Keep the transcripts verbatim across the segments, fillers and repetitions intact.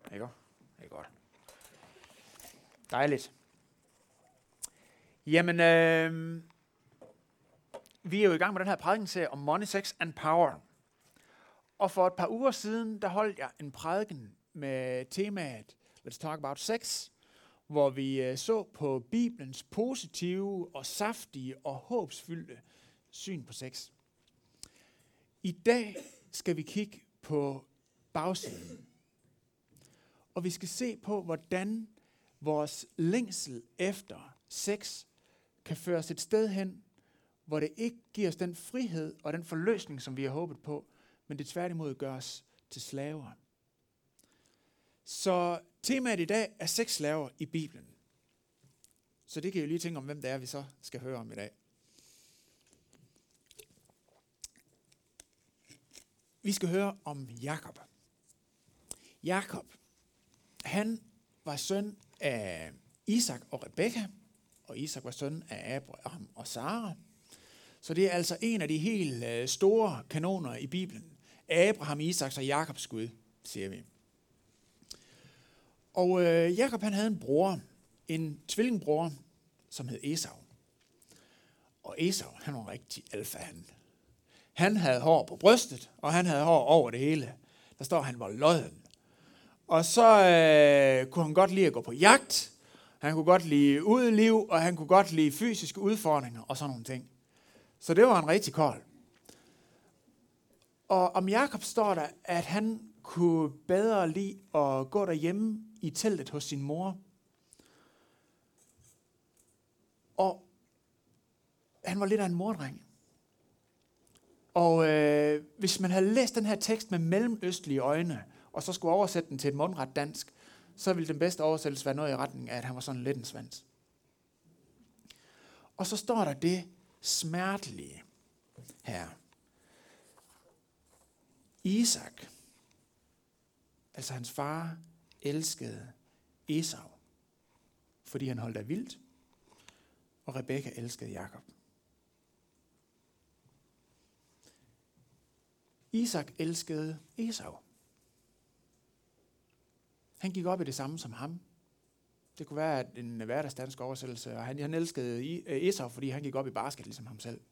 Ikke? Det er godt. Dejligt. Jamen, øh, vi er jo i gang med den her prædikenserie om Money, Sex and Power. Og for et par uger siden, der holdt jeg en prædiken med temaet Let's Talk About Sex, hvor vi øh, så på Bibelens positive og saftige og håbsfyldte syn på sex. I dag skal vi kigge på bagsiden. Og vi skal se på, hvordan vores længsel efter sex kan føre os et sted hen, hvor det ikke giver os den frihed og den forløsning, som vi har håbet på, men det tværtimod gør os til slaver. Så temaet i dag er sexslaver i Bibelen. Så det kan jeg jo lige tænke om, hvem det er, vi så skal høre om i dag. Vi skal høre om Jakob. Jakob, han var søn af Isak og Rebekka, og Isak var søn af Abraham og Sara. Så det er altså en af de helt store kanoner i Bibelen. Abraham, Isaks og Jakobs Gud, siger vi. Og øh, Jakob, han havde en bror, en tvillingbror, som hed Esau. Og Esau, han var rigtig alfa, han. Han havde hår på brystet, og han havde hår over det hele. Der står, han var lodden. Og så øh, kunne han godt lide at gå på jagt. Han kunne godt lide udeliv, og han kunne godt lide fysiske udfordringer og sådan nogle ting. Så det var en rigtig kold. Og om Jakob står der, at han kunne bedre lide at gå derhjemme i teltet hos sin mor. Og han var lidt af en mordreng. Og øh, hvis man havde læst den her tekst med mellemøstlige øjne, og så skulle oversætte den til et mundret dansk, så ville den bedste oversættelse være noget i retning af, at han var sådan lidt en svans. Og så står der det smertelige her. Isak, altså hans far, elskede Esau, fordi han holdt af vildt, og Rebekka elskede Jakob. Isak elskede Esau. Han gik op i det samme som ham. Det kunne være en hverdagsdansk oversættelse, og han, han elskede Esau, fordi han gik op i basket ligesom ham selv.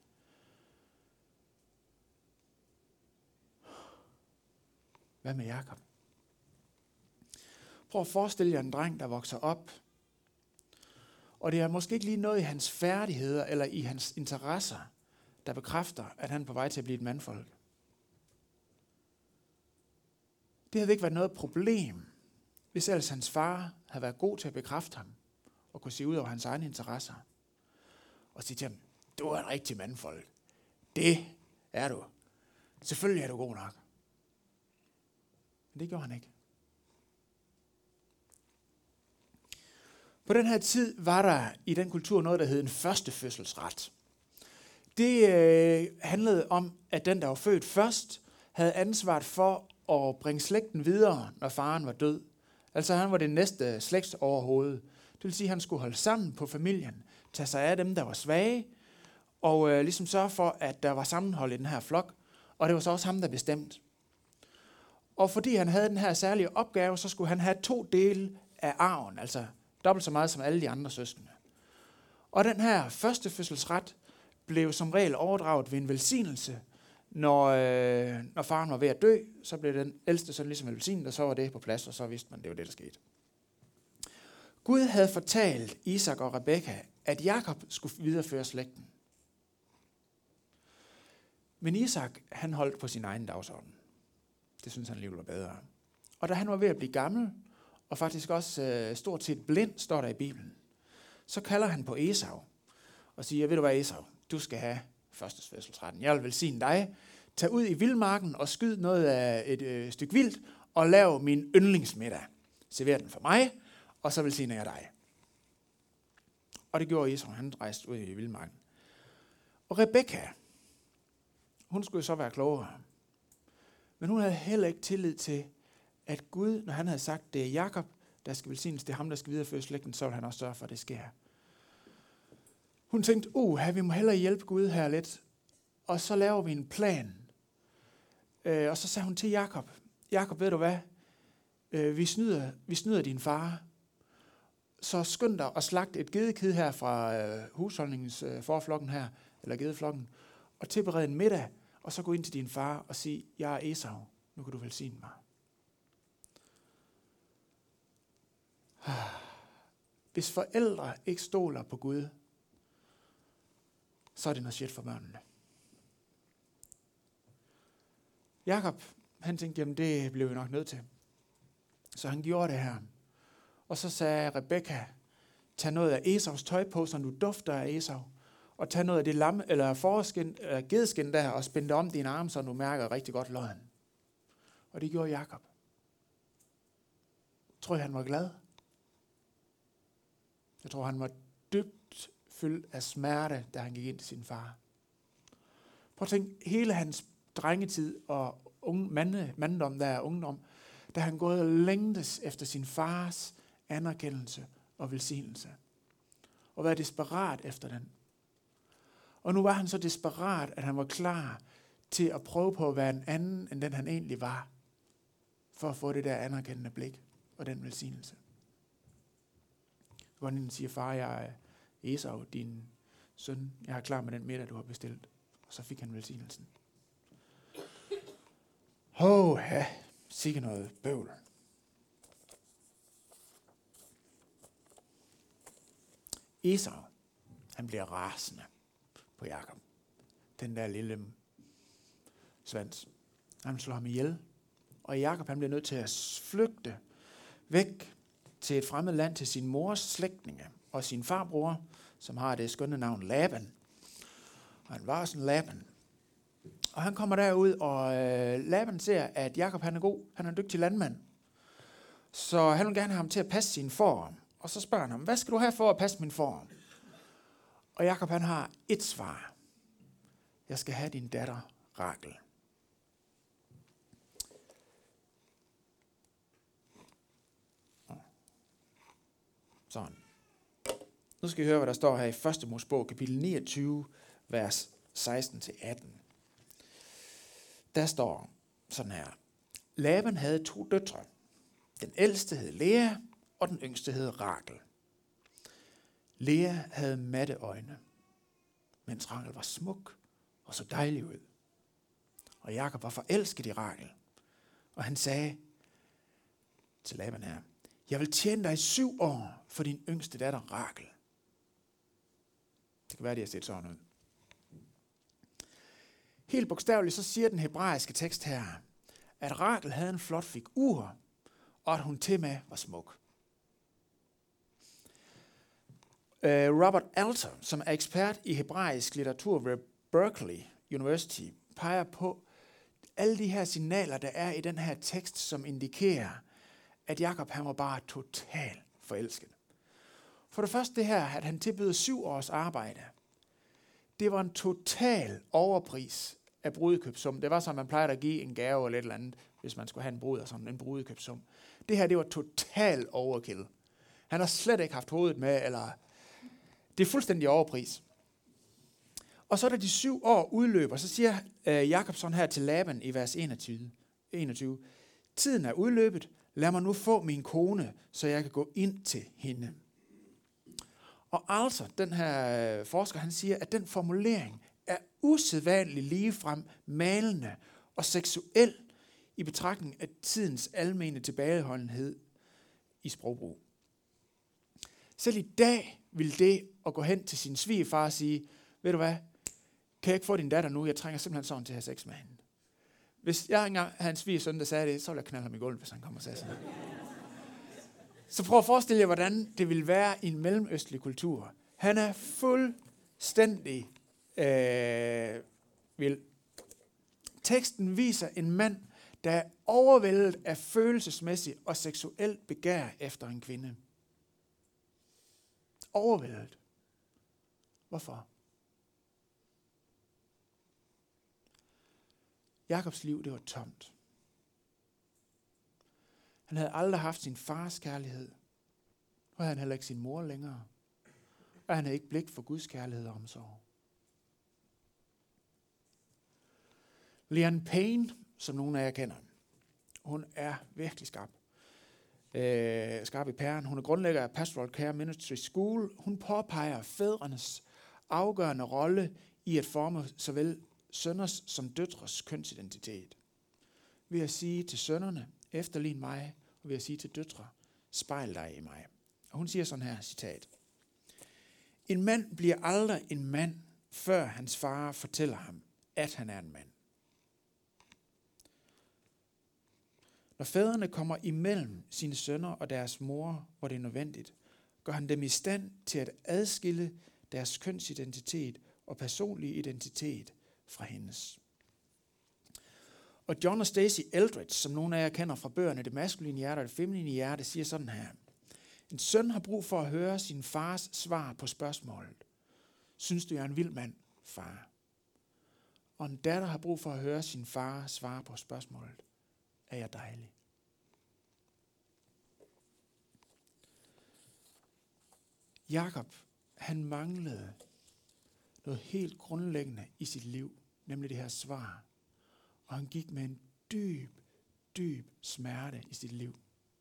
Hvad med Jakob? Prøv at forestille jer en dreng, der vokser op, og det er måske ikke lige noget i hans færdigheder eller i hans interesser, der bekræfter, at han er på vej til at blive et mandfolk. Det havde ikke været noget problem, hvis ellers hans far havde været god til at bekræfte ham, og kunne se ud over hans egne interesser, og sige til ham, du er en rigtig mandfolk. Det er du. Selvfølgelig er du god nok. Men det gjorde han ikke. På den her tid var der i den kultur noget, der hed en førstefødselsret. Det øh, handlede om, at den, der var født først, havde ansvaret for at bringe slægten videre, når faren var død. Altså han var det næste slægtsoverhoved. Det vil sige, at han skulle holde sammen på familien, tage sig af dem, der var svage, og øh, ligesom sørge for, at der var sammenhold i den her flok. Og det var så også ham, der bestemte. Og fordi han havde den her særlige opgave, så skulle han have to dele af arven, altså dobbelt så meget som alle de andre søskende. Og den her første fødselsret blev som regel overdraget ved en velsignelse. Når, øh, når faren var ved at dø, så blev den ældste søn ligesom velsignet, og så var det på plads, og så vidste man, det var det, der skete. Gud havde fortalt Isak og Rebekka, at Jakob skulle videreføre slægten. Men Isak, han holdt på sin egen dagsorden. Det synes han alligevel var bedre. Og da han var ved at blive gammel, og faktisk også øh, stort set blind, står der i Bibelen, så kalder han på Esau, og siger, ved du hvad Esau, du skal have førstefødselsretten. Jeg vil velsigne dig. Tag ud i vildmarken og skyd noget af et øh, stykke vildt, og lav min yndlingsmiddag. Server den for mig, og så velsigner jeg dig. Og det gjorde Esau, han rejste ud i vildmarken. Og Rebekka, hun skulle så være klogere. Men hun havde heller ikke tillid til, at Gud, når han havde sagt, det er Jakob, der skal velsignes, det er ham, der skal videreføre slægten, så vil han også sørge for, at det sker. Hun tænkte, uh, vi må hellere hjælpe Gud her lidt. Og så laver vi en plan. Øh, og så sagde hun til Jakob, Jakob, ved du hvad? øh, vi, snyder, vi snyder din far, så skynd dig at slagte et gedekid her fra øh, husholdningens øh, forflokken her, eller gedeflokken, og tilberede en middag, og så gå ind til din far og sige, jeg er Esau, nu kan du velsigne mig. Hvis forældre ikke stoler på Gud, så er det noget shit for børnene. Jakob, han tænkte, jamen det blev vi nok nødt til. Så han gjorde det her. Og så sagde Rebekka, tag noget af Esaus tøj på, så du dufter af Esau. Og tag noget af det lam, eller foreskin, eller gedeskin der, og spænd det om dine arme, så du mærker rigtig godt løgn. Og det gjorde Jakob. Tror jeg, han var glad? Jeg tror, han var dybt fyldt af smerte, da han gik ind til sin far. Prøv at tænke, hele hans drengetid og unge, mande, mandom, der er ungdom, da han gået og længtes efter sin fars anerkendelse og velsignelse. Og var desperat efter den. Og nu var han så desperat, at han var klar til at prøve på at være en anden, end den han egentlig var, for at få det der anerkendende blik og den velsignelse. Går ind og siger, far, jeg er Esau, din søn. Jeg er klar med den middag, du har bestilt. Og så fik han velsignelsen. Åh, ja, sikke noget bøvl. Esau, han bliver rasende på Jakob. Den der lille svans. Han slår ham ihjel. Og Jakob, han bliver nødt til at flygte væk til et fremmed land, til sin mors slægtninge og sin farbror, som har det skønne navn Laban. Og han var sådan Laban. Og han kommer derud, og øh, Laban ser, at Jakob han er god. Han er en dygtig landmand. Så han vil gerne have ham til at passe sin får. Og så spørger han ham, hvad skal du have for at passe min får? Og Jakob han har et svar. Jeg skal have din datter Rachel. Sådan. Nu skal I høre, hvad der står her i første Mosebog, kapitel niogtyve, vers seksten til atten. Der står sådan her. Laban havde to døtre. Den ældste hed Lea, og den yngste hed Rachel. Lea havde matte øjne, mens Rachel var smuk og så dejlig ud. Og Jakob var forelsket i Rachel, og han sagde til Laban her, jeg vil tjene dig i syv år for din yngste datter Rachel. Det kan være, at de har set sådan ud. Helt bogstaveligt så siger den hebraiske tekst her, at Rachel havde en flot figur, og at hun til med var smuk. Robert Alter, som er ekspert i hebraisk litteratur ved Berkeley University, peger på alle de her signaler, der er i den her tekst, som indikerer, at Jakob han var bare totalt forelsket. For det første det her, at han tilbød syv års arbejde. Det var en total overpris af brudekøbssum. Det var så, at man plejede at give en gave eller et eller andet, hvis man skulle have en brud og sådan en brudekøbssum. Det her, det var total overkill. Han har slet ikke haft hovedet med, eller det er fuldstændig overpris. Og så da de syv år udløber, så siger øh, Jakob sådan her til Laban i vers enogtyve, enogtyve. Tiden er udløbet. Lad mig nu få min kone, så jeg kan gå ind til hende. Og altså, den her forsker, han siger, at den formulering er usædvanligt ligefrem malende og seksuel i betragtning af tidens almene tilbageholdenhed i sprogbrug. Selv i dag vil det at gå hen til sin svigerfar og sige, ved du hvad, kan jeg ikke få din datter nu? Jeg trænger simpelthen sådan til at have sex med hende. Hvis jeg engang havde en svigersøn, der sagde det, så ville jeg knalde ham i gulvet, hvis han kommer og sagde sådan. Så prøv at forestille jer, hvordan det vil være i en mellemøstlig kultur. Han er fuldstændig øh, vild. Teksten viser en mand, der er overvældet af følelsesmæssigt og seksuelt begær efter en kvinde. Overvældet. Hvorfor? Jakobs liv, det var tomt. Han havde aldrig haft sin fars kærlighed. Og havde han heller ikke sin mor længere. Og han havde ikke blik for Guds kærlighed og omsorg. Leanne Payne, som nogle af jer kender, hun er virkelig skarp. øh, skarp i pæren. Hun er grundlægger af Pastoral Care Ministry School. Hun påpeger fædrenes afgørende rolle i at forme såvel sønners som døtres kønsidentitet. Ved at sige til sønnerne, efterlign mig, og ved at sige til døtre, spejl dig i mig. Og hun siger sådan her, citat. En mand bliver aldrig en mand, før hans far fortæller ham, at han er en mand. Når fædrene kommer imellem sine sønner og deres mor, hvor det er nødvendigt, gør han dem i stand til at adskille deres kønsidentitet og personlige identitet fra hendes. Og John og Stacey Eldredge, som nogle af jer kender fra bøgerne Det maskuline hjerte og det feminine hjerte, siger sådan her. En søn har brug for at høre sin fars svar på spørgsmålet. Synes du, jeg er en vild mand, far? Og en datter har brug for at høre sin far svare på spørgsmålet. Er jeg dejlig? Jakob, han manglede noget helt grundlæggende i sit liv, nemlig det her svar. Og han gik med en dyb, dyb smerte i sit liv.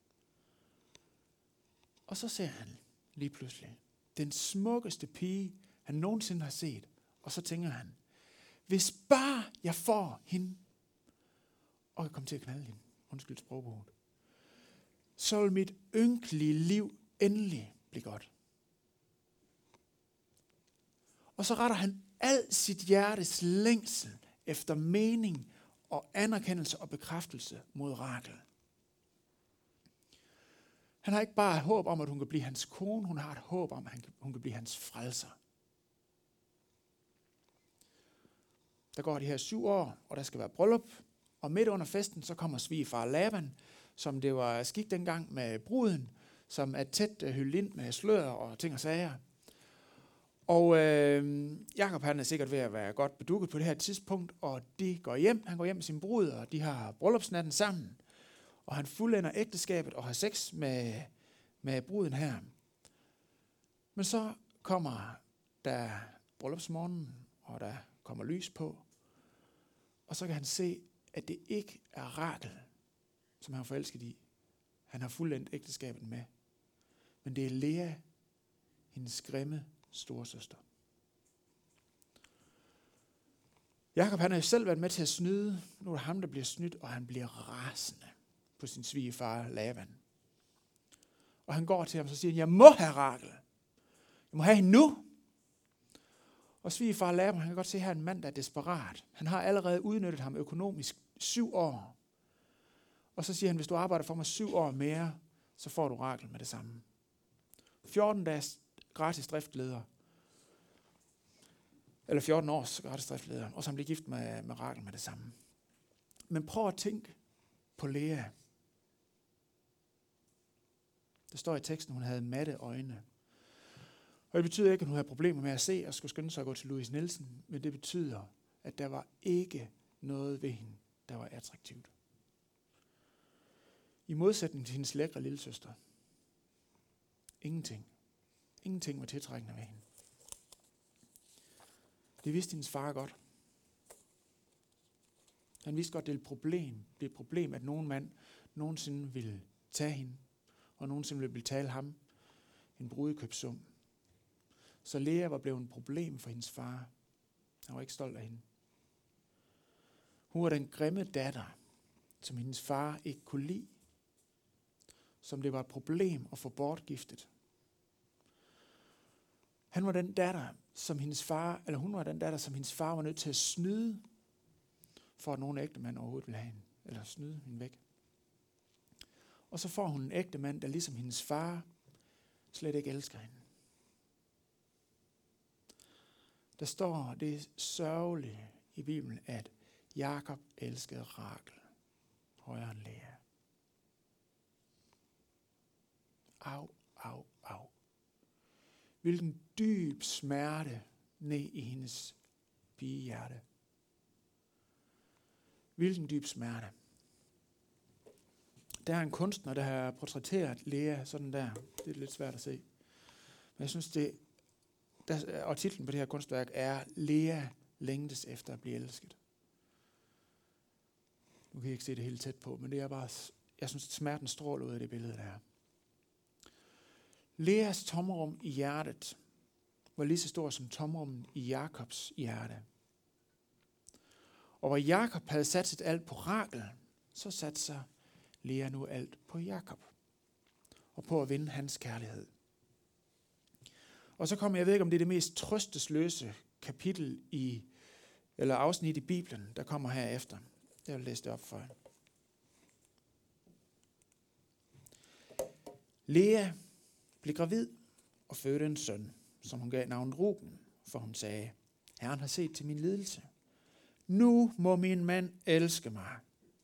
Og så ser han lige pludselig den smukkeste pige, han nogensinde har set. Og så tænker han, hvis bare jeg får hende, og jeg kommer til at knalde hende, undskyld sprogbruget, så vil mit ynkelige liv endelig blive godt. Og så retter han al sit hjertes længsel efter mening og anerkendelse og bekræftelse mod Rachel. Han har ikke bare et håb om, at hun kan blive hans kone, hun har et håb om, at hun kan blive hans frelser. Der går de her syv år, og der skal være bryllup, og midt under festen, så kommer svigerfar Laban, som det var skik dengang med bruden, som er tæt hyldet ind med slør og ting og sager. Og øh, Jakob han er sikkert ved at være godt bedukket på det her tidspunkt, og de går hjem, han går hjem med sin brud, og de har bryllupsnatten sammen. Og han fuldender ægteskabet og har sex med, med bruden her. Men så kommer der bryllupsmorgen, og der kommer lys på, og så kan han se, at det ikke er Rachel, som han er forelsket i. Han har fuldendt ægteskabet med. Men det er Lea, hendes grimme storesøster. Jakob han har jo selv været med til at snyde. Nu er det ham, der bliver snydt, og han bliver rasende på sin svigerfar Laban. Og han går til ham og siger, jeg må have Rachel. Jeg må have hende nu. Og svigerfar Laban, han kan godt se her en mand, der er desperat. Han har allerede udnyttet ham økonomisk syv år. Og så siger han, hvis du arbejder for mig syv år mere, så får du Rachel med det samme. fjorten dages gratis driftleder. Eller fjorten års gratis driftleder. Og så han bliver gift med, med Rachel med det samme. Men prøv at tænke på Lea. Der står i teksten, hun havde matte øjne. Og det betyder ikke, at hun havde problemer med at se og skulle skynde sig at gå til Louise Nielsen. Men det betyder, at der var ikke noget ved hende, der var attraktivt. I modsætning til hendes lækre lillesøster. Ingenting. Ingenting var tiltrækkende ved hende. Det vidste hendes far godt. Han vidste godt, det er et problem. Det er et problem, at nogen mand nogensinde ville tage hende, og nogensinde ville betale ham en brudekøbssum. Så Lea var blevet et problem for hendes far. Han var ikke stolt af hende. Hun var den grimme datter, som hendes far ikke kunne lide. Som det var et problem at få bortgiftet. Han var den datter, som hendes far, eller hun var den datter, som hendes far var nødt til at snyde, for at nogen ægte mand overhovedet ville have hende, eller snyde hende væk. Og så får hun en ægte mand, der ligesom hendes far slet ikke elsker hende. Der står det sørgelige i Bibelen, at Jakob elskede Rachel højere end Lea. Au, au, au. Hvilken dyb smerte ned i hendes pigehjerte. Hvilken dyb smerte. Der er en kunstner, der har portrætteret Lea sådan der. Det er lidt svært at se. Men jeg synes, det der, og titlen på det her kunstværk er Lea længtes efter at blive elsket. Nu kan I ikke se det helt tæt på, men det er bare jeg synes, at smerten stråler ud af det billede der. Leas tomrum i hjertet var lige så stor som tomrummet i Jakobs hjerte. Og hvor Jakob havde sat sit alt på Rachel, så satte sig Lea nu alt på Jakob. Og på at vinde hans kærlighed. Og så kommer, jeg ved ikke om det er det mest trøstesløse kapitel i, eller afsnit i Bibelen, der kommer herefter. Jeg vil læse det op for jer. Lea blev gravid og fødte en søn, som hun gav navnet Ruben, for hun sagde, Herren har set til min lidelse. Nu må min mand elske mig.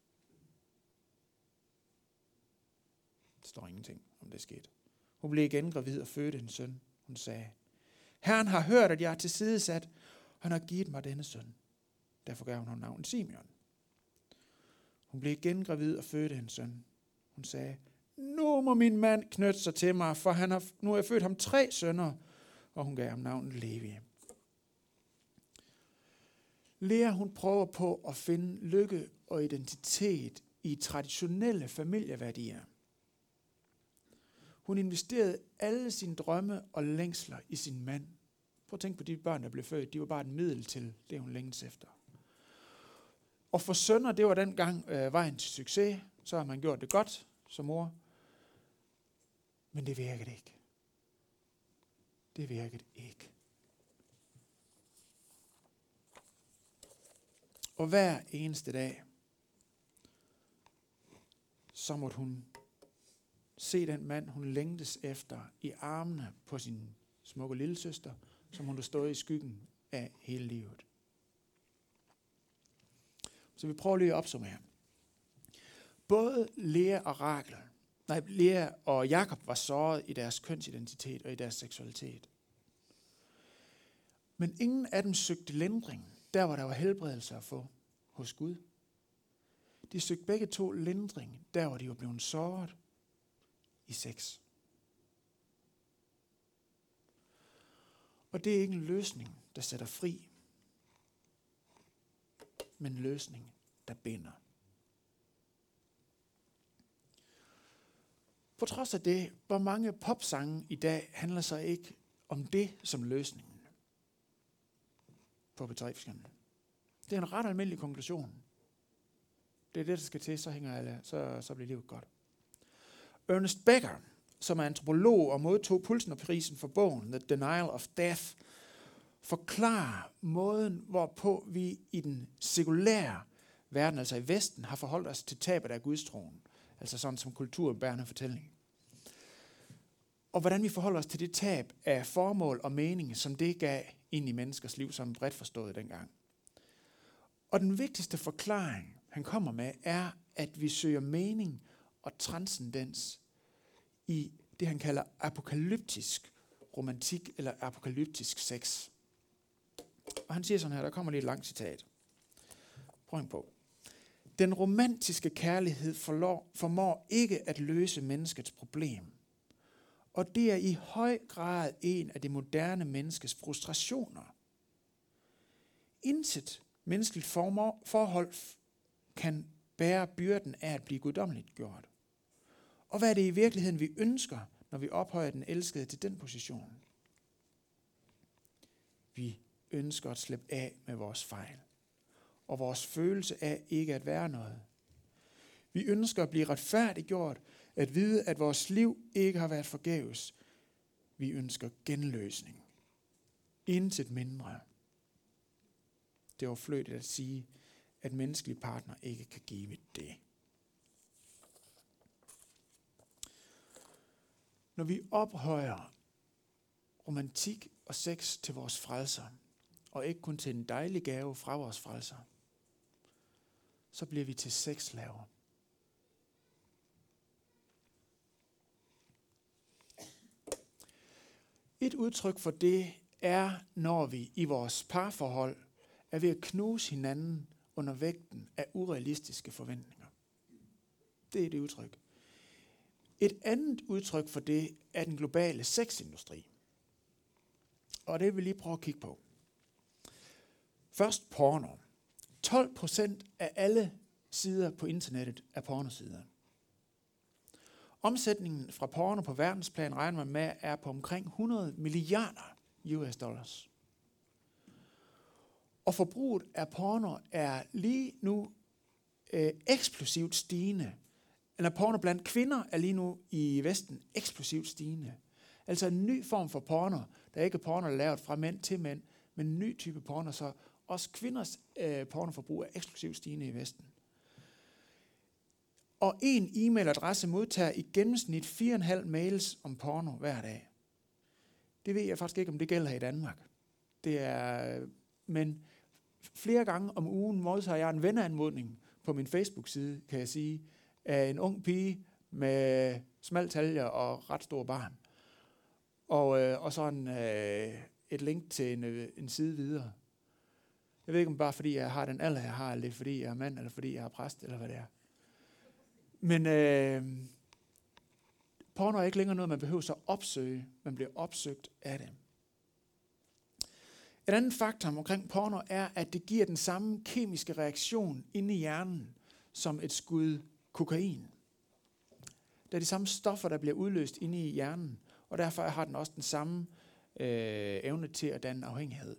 Der står ingenting om det skete. Hun blev igen gravid og fødte en søn. Hun sagde, Herren har hørt, at jeg er tilsidesat, og han har givet mig denne søn. Derfor gav hun ham navnet Simeon. Hun blev igen gravid og fødte en søn. Hun sagde, nu må min mand knytte sig til mig, for han har, nu har jeg født ham tre sønner, og hun gav ham navnet Levi. Lea, hun prøver på at finde lykke og identitet i traditionelle familieværdier. Hun investerede alle sine drømme og længsler i sin mand. Prøv at tænke på de børn, der blev født. De var bare et middel til det, hun længes efter. Og for sønner, det var dengang øh, vejen til succes. Så har man gjort det godt som mor. Men det virkede ikke. Det virkede ikke. Og hver eneste dag, så måtte hun se den mand, hun længtes efter, i armene på sin smukke lillesøster, som hun har stået i skyggen af hele livet. Så vi prøver lige at opsummere. Både Lea og Rachel, nej, Lea og Jakob var såret i deres kønsidentitet og i deres seksualitet. Men ingen af dem søgte lindring, der hvor der var helbredelse at få hos Gud. De søgte begge to lindring, der hvor de var blevet såret i sex. Og det er ikke en løsning, der sætter fri, men en løsning, der binder. På trods af det, hvor mange popsange i dag handler så ikke om det som løsningen på P tre. Det er en ret almindelig konklusion. Det er det, der skal til, så hænger alle, så, så bliver livet godt. Ernest Becker, som er antropolog og modtog Pulitzer-prisen for bogen The Denial of Death, forklarer måden, hvorpå vi i den sekulære verden, altså i Vesten, har forholdt os til tabet af gudstroen. Altså sådan som kulturbærende fortælling. Og hvordan vi forholder os til det tab af formål og mening, som det gav ind i menneskers liv, som bredt forstået dengang. Og den vigtigste forklaring, han kommer med, er, at vi søger mening og transcendens i det, han kalder apokalyptisk romantik eller apokalyptisk sex. Og han siger sådan her, der kommer lige et langt citat. Prøv på. Den romantiske kærlighed formår ikke at løse menneskets problem. Og det er i høj grad en af det moderne menneskes frustrationer. Intet menneskeligt forhold kan bære byrden af at blive guddommeligt gjort. Og hvad er det i virkeligheden, vi ønsker, når vi ophøjer den elskede til den position? Vi ønsker at slippe af med vores fejl. Og vores følelse af ikke at være noget. Vi ønsker at blive retfærdiggjort, at vide, at vores liv ikke har været forgæves. Vi ønsker genløsning. Intet mindre. Det er overflødigt at sige, at menneskelige partner ikke kan give det. Når vi ophøjer romantik og sex til vores frelser, og ikke kun til en dejlig gave fra vores frelser, så bliver vi til sexslaver. Et udtryk for det er, når vi i vores parforhold er ved at knuse hinanden under vægten af urealistiske forventninger. Det er det udtryk. Et andet udtryk for det er den globale sexindustri. Og det vil vi lige prøve at kigge på. Først porno. tolv procent af alle sider på internettet er pornosider. Omsætningen fra porno på verdensplan regner man med er på omkring hundrede milliarder U S dollars. Og forbruget af porno er lige nu øh, eksplosivt stigende. Eller porno blandt kvinder er lige nu i Vesten eksplosivt stigende. Altså en ny form for porno, der ikke er porno, der er lavet fra mænd til mænd, men en ny type porno, så også kvinders øh, pornoforbrug er eksplosivt stigende i Vesten. Og en e-mailadresse modtager i gennemsnit fire komma fem mails om porno hver dag. Det ved jeg faktisk ikke, om det gælder i Danmark. Det er, men flere gange om ugen modtager jeg en venneanmodning på min Facebook-side, kan jeg sige, af en ung pige med smal talje og ret stor barm. Og, øh, og så en, øh, et link til en, øh, en side videre. Jeg ved ikke, om bare fordi jeg har den alder, jeg har, eller det er fordi jeg er mand, eller fordi jeg er præst, eller hvad det er. Men øh, porno er ikke længere noget, man behøver så at opsøge. Man bliver opsøgt af det. Et andet faktum omkring porno er, at det giver den samme kemiske reaktion inde i hjernen som et skud kokain. Det er de samme stoffer, der bliver udløst inde i hjernen, og derfor har den også den samme øh, evne til at danne afhængighed.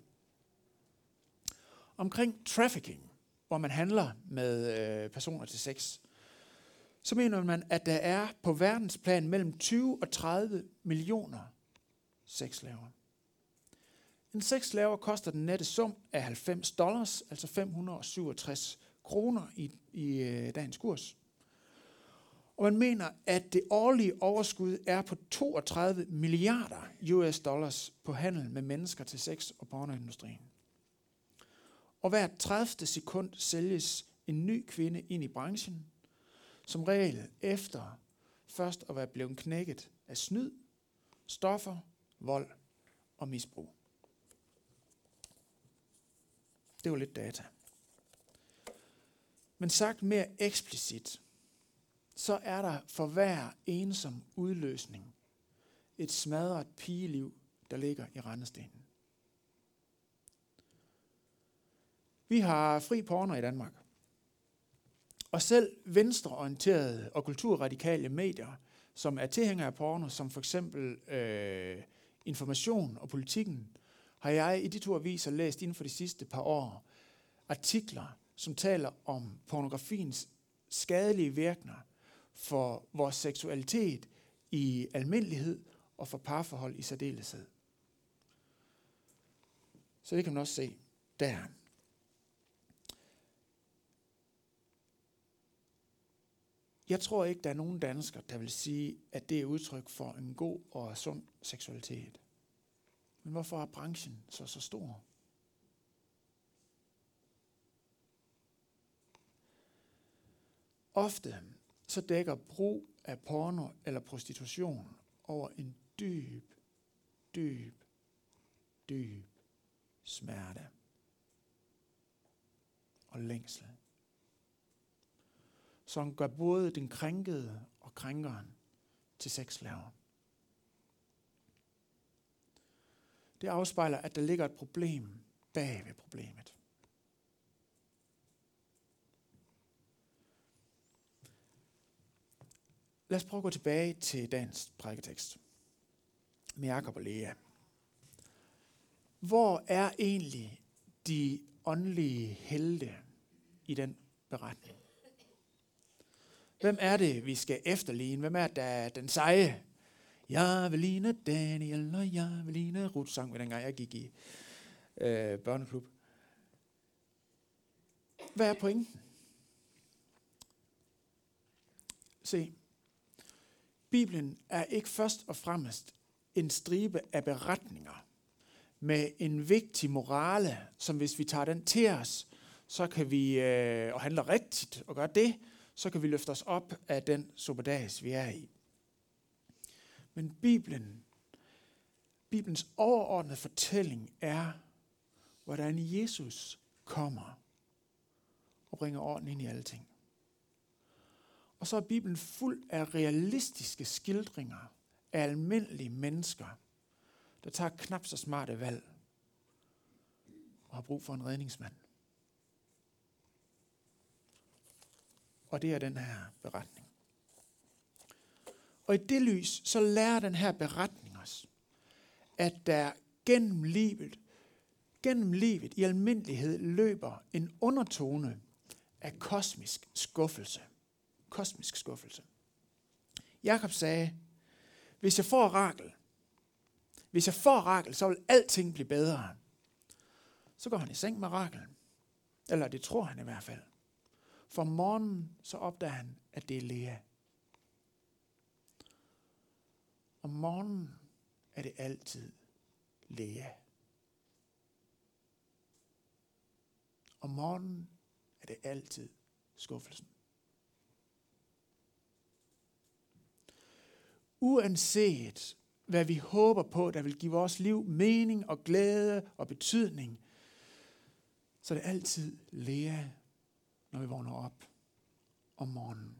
Omkring trafficking, hvor man handler med øh, personer til sex, så mener man, at der er på verdensplan mellem tyve og tredive millioner sexslaver. En sexslave koster den nette sum af halvfems dollars, altså fem hundrede og syvogtres kroner i, i øh, dagens kurs. Og man mener, at det årlige overskud er på toogtredive milliarder U S dollars på handel med mennesker til sex- og pornoindustrien. Og hvert tredivte sekund sælges en ny kvinde ind i branchen, som regel efter først at være blevet knækket af snyd, stoffer, vold og misbrug. Det var lidt data. Men sagt mere eksplicit, så er der for hver ensom udløsning et smadret pigeliv, der ligger i rendestenen. Vi har fri porno i Danmark. Og selv venstreorienterede og kulturradikale medier, som er tilhængere af porno, som for eksempel øh, Information og Politikken, har jeg i de to aviser læst inden for de sidste par år artikler, som taler om pornografiens skadelige virkninger for vores seksualitet i almindelighed og for parforhold i særdeleshed. Så det kan man også se der. Jeg tror ikke, der er nogen danskere, der vil sige, at det er udtryk for en god og sund seksualitet. Men hvorfor er branchen så så stor? Ofte så dækker brug af porno eller prostitution over en dyb, dyb, dyb smerte og længsel, som gør både den krænkede og krænkeren til sexslaver. Det afspejler, at der ligger et problem bag ved problemet. Lad os prøve at gå tilbage til dagens prædiketekst med Jakob og Lea. Hvor er egentlig de åndelige helte i den beretning? Hvem er det, vi skal efterligne? Hvem er der den seje? Jeg vil ligne Daniel, og jeg vil ligne Ruth, sang vi dengang jeg gik i øh, børneklub. Hvad er pointen? Se, Bibelen er ikke først og fremmest en stribe af beretninger med en vigtig morale, som hvis vi tager den til os, så kan vi, øh, og handler rigtigt og gør det, så kan vi løfte os op af den suppedas, vi er i. Men Bibelen, Bibelens overordnede fortælling er, hvordan Jesus kommer og bringer orden ind i alle ting. Og så er Bibelen fuld af realistiske skildringer af almindelige mennesker, der tager knap så smarte valg og har brug for en redningsmand. Og det er den her beretning. Og i det lys, så lærer den her beretning os, at der gennem livet, gennem livet i almindelighed løber en undertone af kosmisk skuffelse. Kosmisk skuffelse. Jakob sagde, hvis jeg får Rakel, hvis jeg får Rakel, så vil alting blive bedre. Så går han i seng med Rakel. Eller det tror han i hvert fald. For om morgenen, så opdager han, at det er Lea. Om morgenen er det altid Lea. Om morgenen er det altid skuffelsen. Uanset hvad vi håber på, der vil give vores liv mening og glæde og betydning, så er det altid Lea, når vi vågner op om morgenen.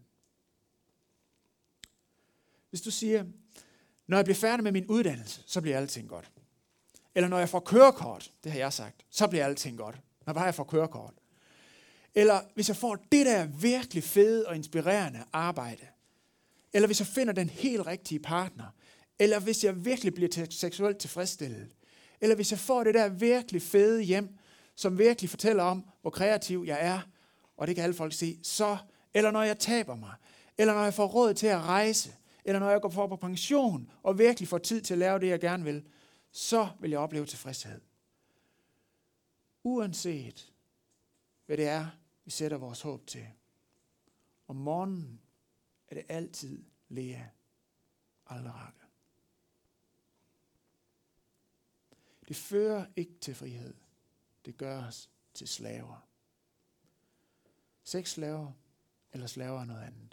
Hvis du siger, når jeg bliver færdig med min uddannelse, så bliver alting godt. Eller når jeg får kørekort, det har jeg sagt, så bliver alting godt. Når bare jeg får kørekort. Eller hvis jeg får det der virkelig fede og inspirerende arbejde. Eller hvis jeg finder den helt rigtige partner. Eller hvis jeg virkelig bliver seksuelt tilfredsstillet. Eller hvis jeg får det der virkelig fede hjem, som virkelig fortæller om, hvor kreativ jeg er, og det kan alle folk se, så, eller når jeg taber mig, eller når jeg får råd til at rejse, eller når jeg går på pension, og virkelig får tid til at lave det, jeg gerne vil, så vil jeg opleve tilfredshed. Uanset hvad det er, vi sætter vores håb til. Om morgenen er det altid Lea, aldrig Rakel. Det fører ikke til frihed. Det gør os til slaver. Seks slaver, eller slaver af noget andet.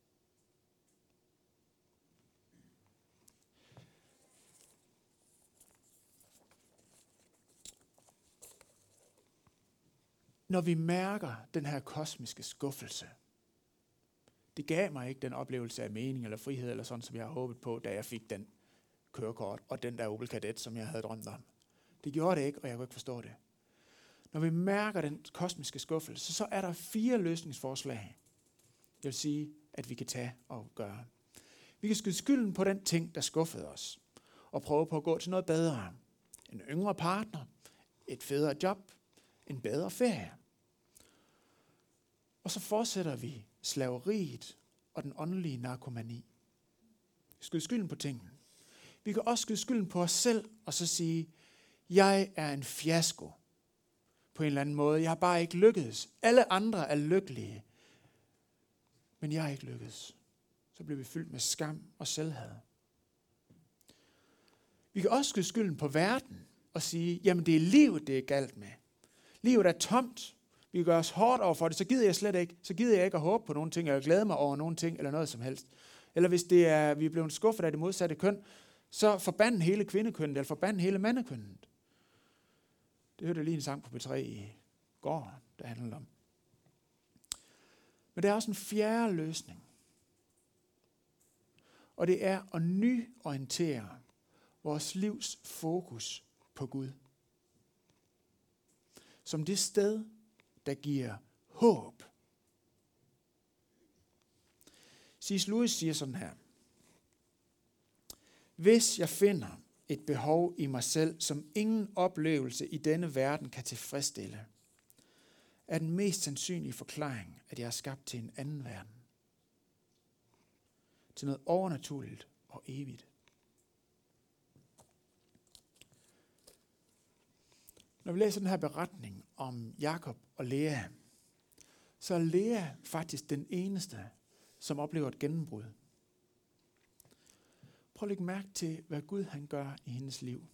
Når vi mærker den her kosmiske skuffelse, det gav mig ikke den oplevelse af mening eller frihed, eller sådan, som jeg havde håbet på, da jeg fik den kørekort, og den der Opel Kadett, som jeg havde drømt om. Det gjorde det ikke, og jeg kunne ikke forstå det. Når vi mærker den kosmiske skuffelse, så er der fire løsningsforslag, jeg vil sige, at vi kan tage og gøre. Vi kan skyde skylden på den ting, der skuffede os, og prøve på at gå til noget bedre. En yngre partner, et federe job, en bedre ferie. Og så fortsætter vi slaveriet og den åndelige narkomani. Vi skyder skylden på tingene. Vi kan også skyde skylden på os selv, og så sige, jeg er en fiasko på en eller anden måde. Jeg har bare ikke lykkedes. Alle andre er lykkelige, men jeg har ikke lykkedes. Så bliver vi fyldt med skam og selvhad. Vi kan også skyde skylden på verden og sige, jamen det er livet, det er galt med. Livet er tomt. Vi kan gøre os hårdt over for det, så gider jeg slet ikke. Så gider jeg ikke at håbe på nogle ting, eller glæde mig over nogle ting, eller noget som helst. Eller hvis det er, vi er blevet skuffet af det modsatte køn, så forband hele kvindekønnet, eller forband hele mandekønnet. Det hørte jeg lige en sang på P tre i går, der handlede om. Men der er også en fjerde løsning. Og det er at nyorientere vores livs fokus på Gud. Som det sted, der giver håb. C S Lewis siger sådan her. Hvis jeg finder et behov i mig selv, som ingen oplevelse i denne verden kan tilfredsstille, er den mest sandsynlige forklaring, at jeg er skabt til en anden verden. Til noget overnaturligt og evigt. Når vi læser den her beretning om Jakob og Lea, så er Lea faktisk den eneste, som oplever et gennembrud. Prøv at lægge mærke til, hvad Gud han gør i hendes liv.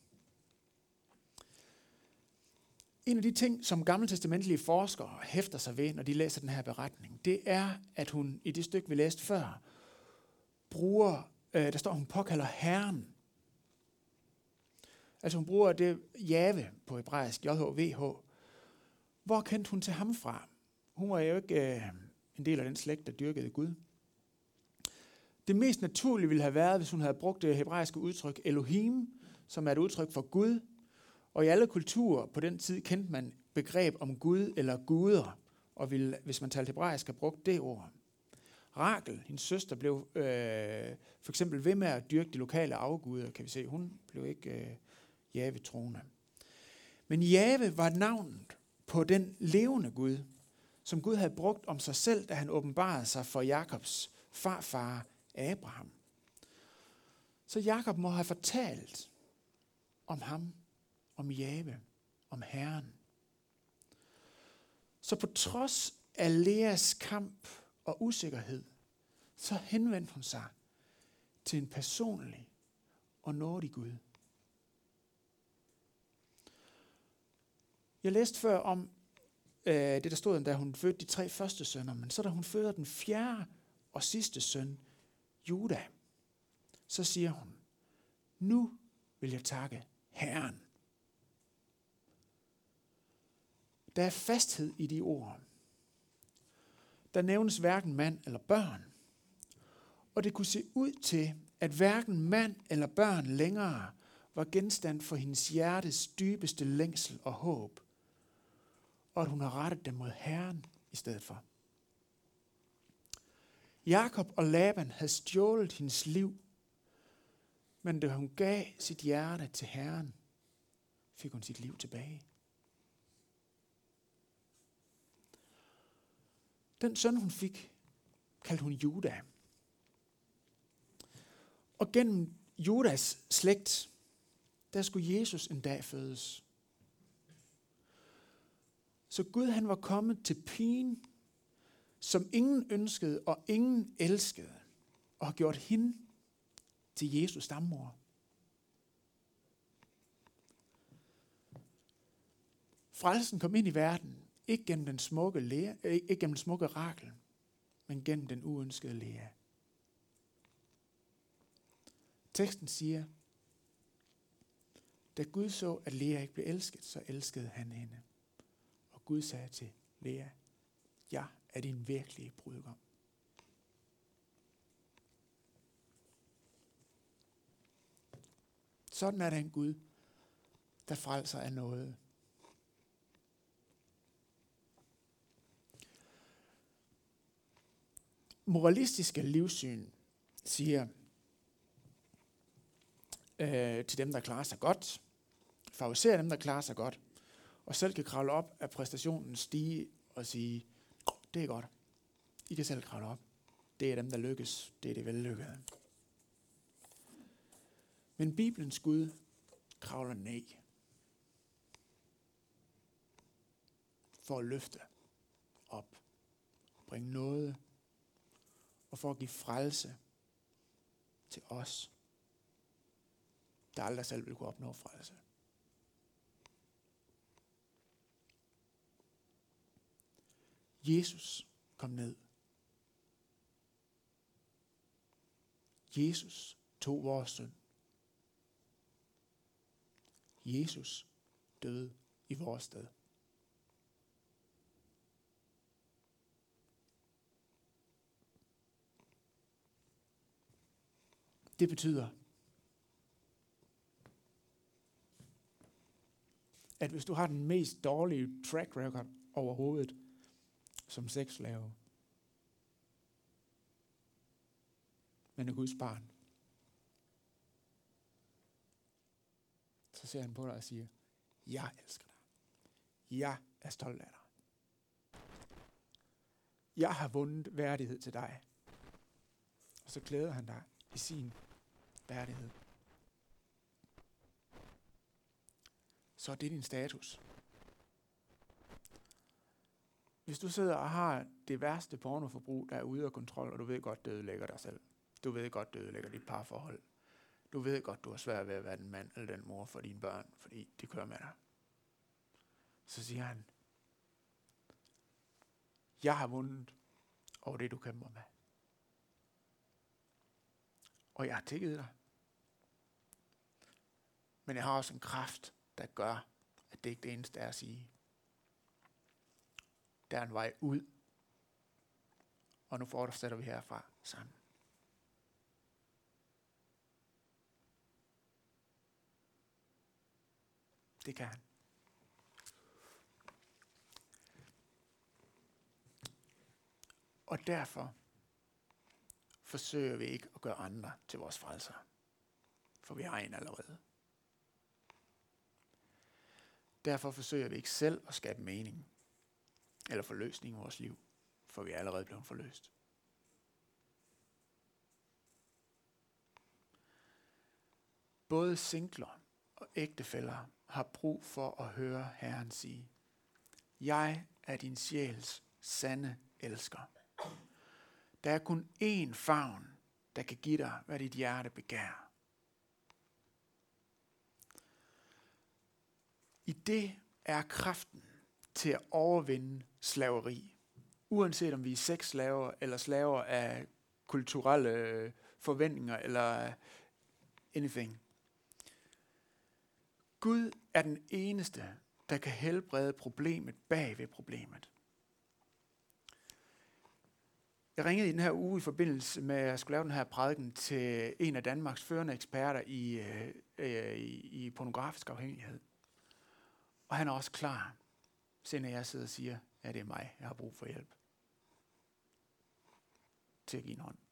En af de ting, som gammeltestamentlige forskere hæfter sig ved, når de læser den her beretning, det er, at hun i det stykke, vi læste før, bruger, øh, der står, hun påkalder Herren. Altså hun bruger det Jave på hebraisk, J H V H. Hvor kendte hun til ham fra? Hun var jo ikke øh, en del af den slægt, der dyrkede Gud. Det mest naturlige ville have været, hvis hun havde brugt det hebraiske udtryk Elohim, som er et udtryk for Gud. Og i alle kulturer på den tid kendte man begreb om Gud eller guder, og ville, hvis man talte hebraisk, have brugt det ord. Rachel, hendes søster, blev øh, for eksempel ved med at dyrke de lokale afguder, kan vi se. Hun blev ikke øh, Jave troende. Men Jave var navnet på den levende Gud, som Gud havde brugt om sig selv, da han åbenbarede sig for Jakobs farfar Abraham. Så Jakob må have fortalt om ham, om Jave, om Herren. Så på trods af Leas kamp og usikkerhed, så henvendte hun sig til en personlig og nådig Gud. Jeg læste før om øh, det, der stod, da hun fødte de tre første sønner, men så da hun føder den fjerde og sidste søn, Juda, så siger hun, nu vil jeg takke Herren. Der er fasthed i de ord. Der nævnes hverken mand eller børn. Og det kunne se ud til, at hverken mand eller børn længere var genstand for hendes hjertes dybeste længsel og håb, og at hun har rettet dem mod Herren i stedet for. Jakob og Laban havde stjålet hendes liv, men da hun gav sit hjerte til Herren, fik hun sit liv tilbage. Den søn, hun fik, kaldte hun Juda. Og gennem Judas slægt, der skulle Jesus en dag fødes. Så Gud, han var kommet til pigen, som ingen ønskede og ingen elskede, og har gjort hende til Jesus stammor. Frelsen kom ind i verden, ikke gennem den smukke Lea, ikke gennem den smukke Rachel, men gennem den uønskede Lea. Teksten siger, da Gud så, at Lea ikke blev elsket, så elskede han hende. Og Gud sagde til Lea, jeg er din virkelige brudgom. Sådan er der en Gud, der frelser af noget. Moralistiske livssyn siger øh, til dem, der klarer sig godt, favoriserer dem, der klarer sig godt, og selv kan kravle op af præstationen stige og sige, det er godt. I kan selv kravle op. Det er dem, der lykkes. Det er det vellykkede. Men Bibelens Gud kravler ned for at løfte op, bringe noget og for at give frelse til os, der aldrig selv vil kunne opnå frelse. Jesus kom ned. Jesus tog vores synd. Jesus døde i vores sted. Det betyder, at hvis du har den mest dårlige track record overhovedet som sexslave, men er Guds barn, så ser han på dig og siger, jeg elsker dig. Jeg er stolt af dig. Jeg har vundet værdighed til dig. Og så glæder han dig i sin værdighed. Så er det din status. Hvis du sidder og har det værste pornoforbrug, der er ude af kontrol, og du ved godt, det ødelægger dig selv. Du ved godt, det ødelægger dit parforhold. Du ved godt, du har svært ved at være den mand eller den mor for dine børn, fordi de kører med dig. Så siger han, jeg har vundet over det, du kæmper med. Og jeg har tilgivet dig. Men jeg har også en kraft, der gør, at det ikke er det eneste er at sige. Der er en vej ud. Og nu fortsætter vi herfra sammen. Det kan han. Og derfor forsøger vi ikke at gøre andre til vores frelser. For vi har en allerede. Derfor forsøger vi ikke selv at skabe mening eller forløsning i vores liv, for vi er allerede blevet forløst. Både singler og ægtefæller har brug for at høre Herren sige: Jeg er din sjæls sande elsker. Der er kun én favn, der kan give dig, hvad dit hjerte begærer. I det er kraften til at overvinde slaveri. Uanset om vi er sexslaver eller slaver af kulturelle forventninger eller anything. Gud er den eneste, der kan helbrede problemet bag ved problemet. Jeg ringede i den her uge i forbindelse med, at jeg skulle lave den her prædiken til en af Danmarks førende eksperter i, øh, i, i pornografisk afhængighed. Og han er også klar, selv når jeg sidder og siger, at det er mig, jeg har brug for hjælp til at give en hånd.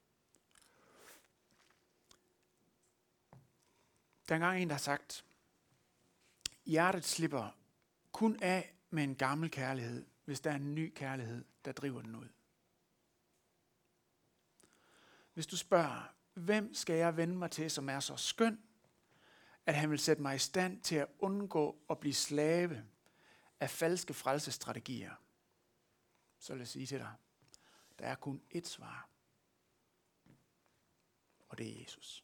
Der er engang en, der har sagt, hjertet slipper kun af med en gammel kærlighed, hvis der er en ny kærlighed, der driver den ud. Hvis du spørger, hvem skal jeg vende mig til, som er så skøn, at han vil sætte mig i stand til at undgå at blive slave af falske frelsestrategier, så vil jeg sige til dig, der er kun ét svar, og det er Jesus.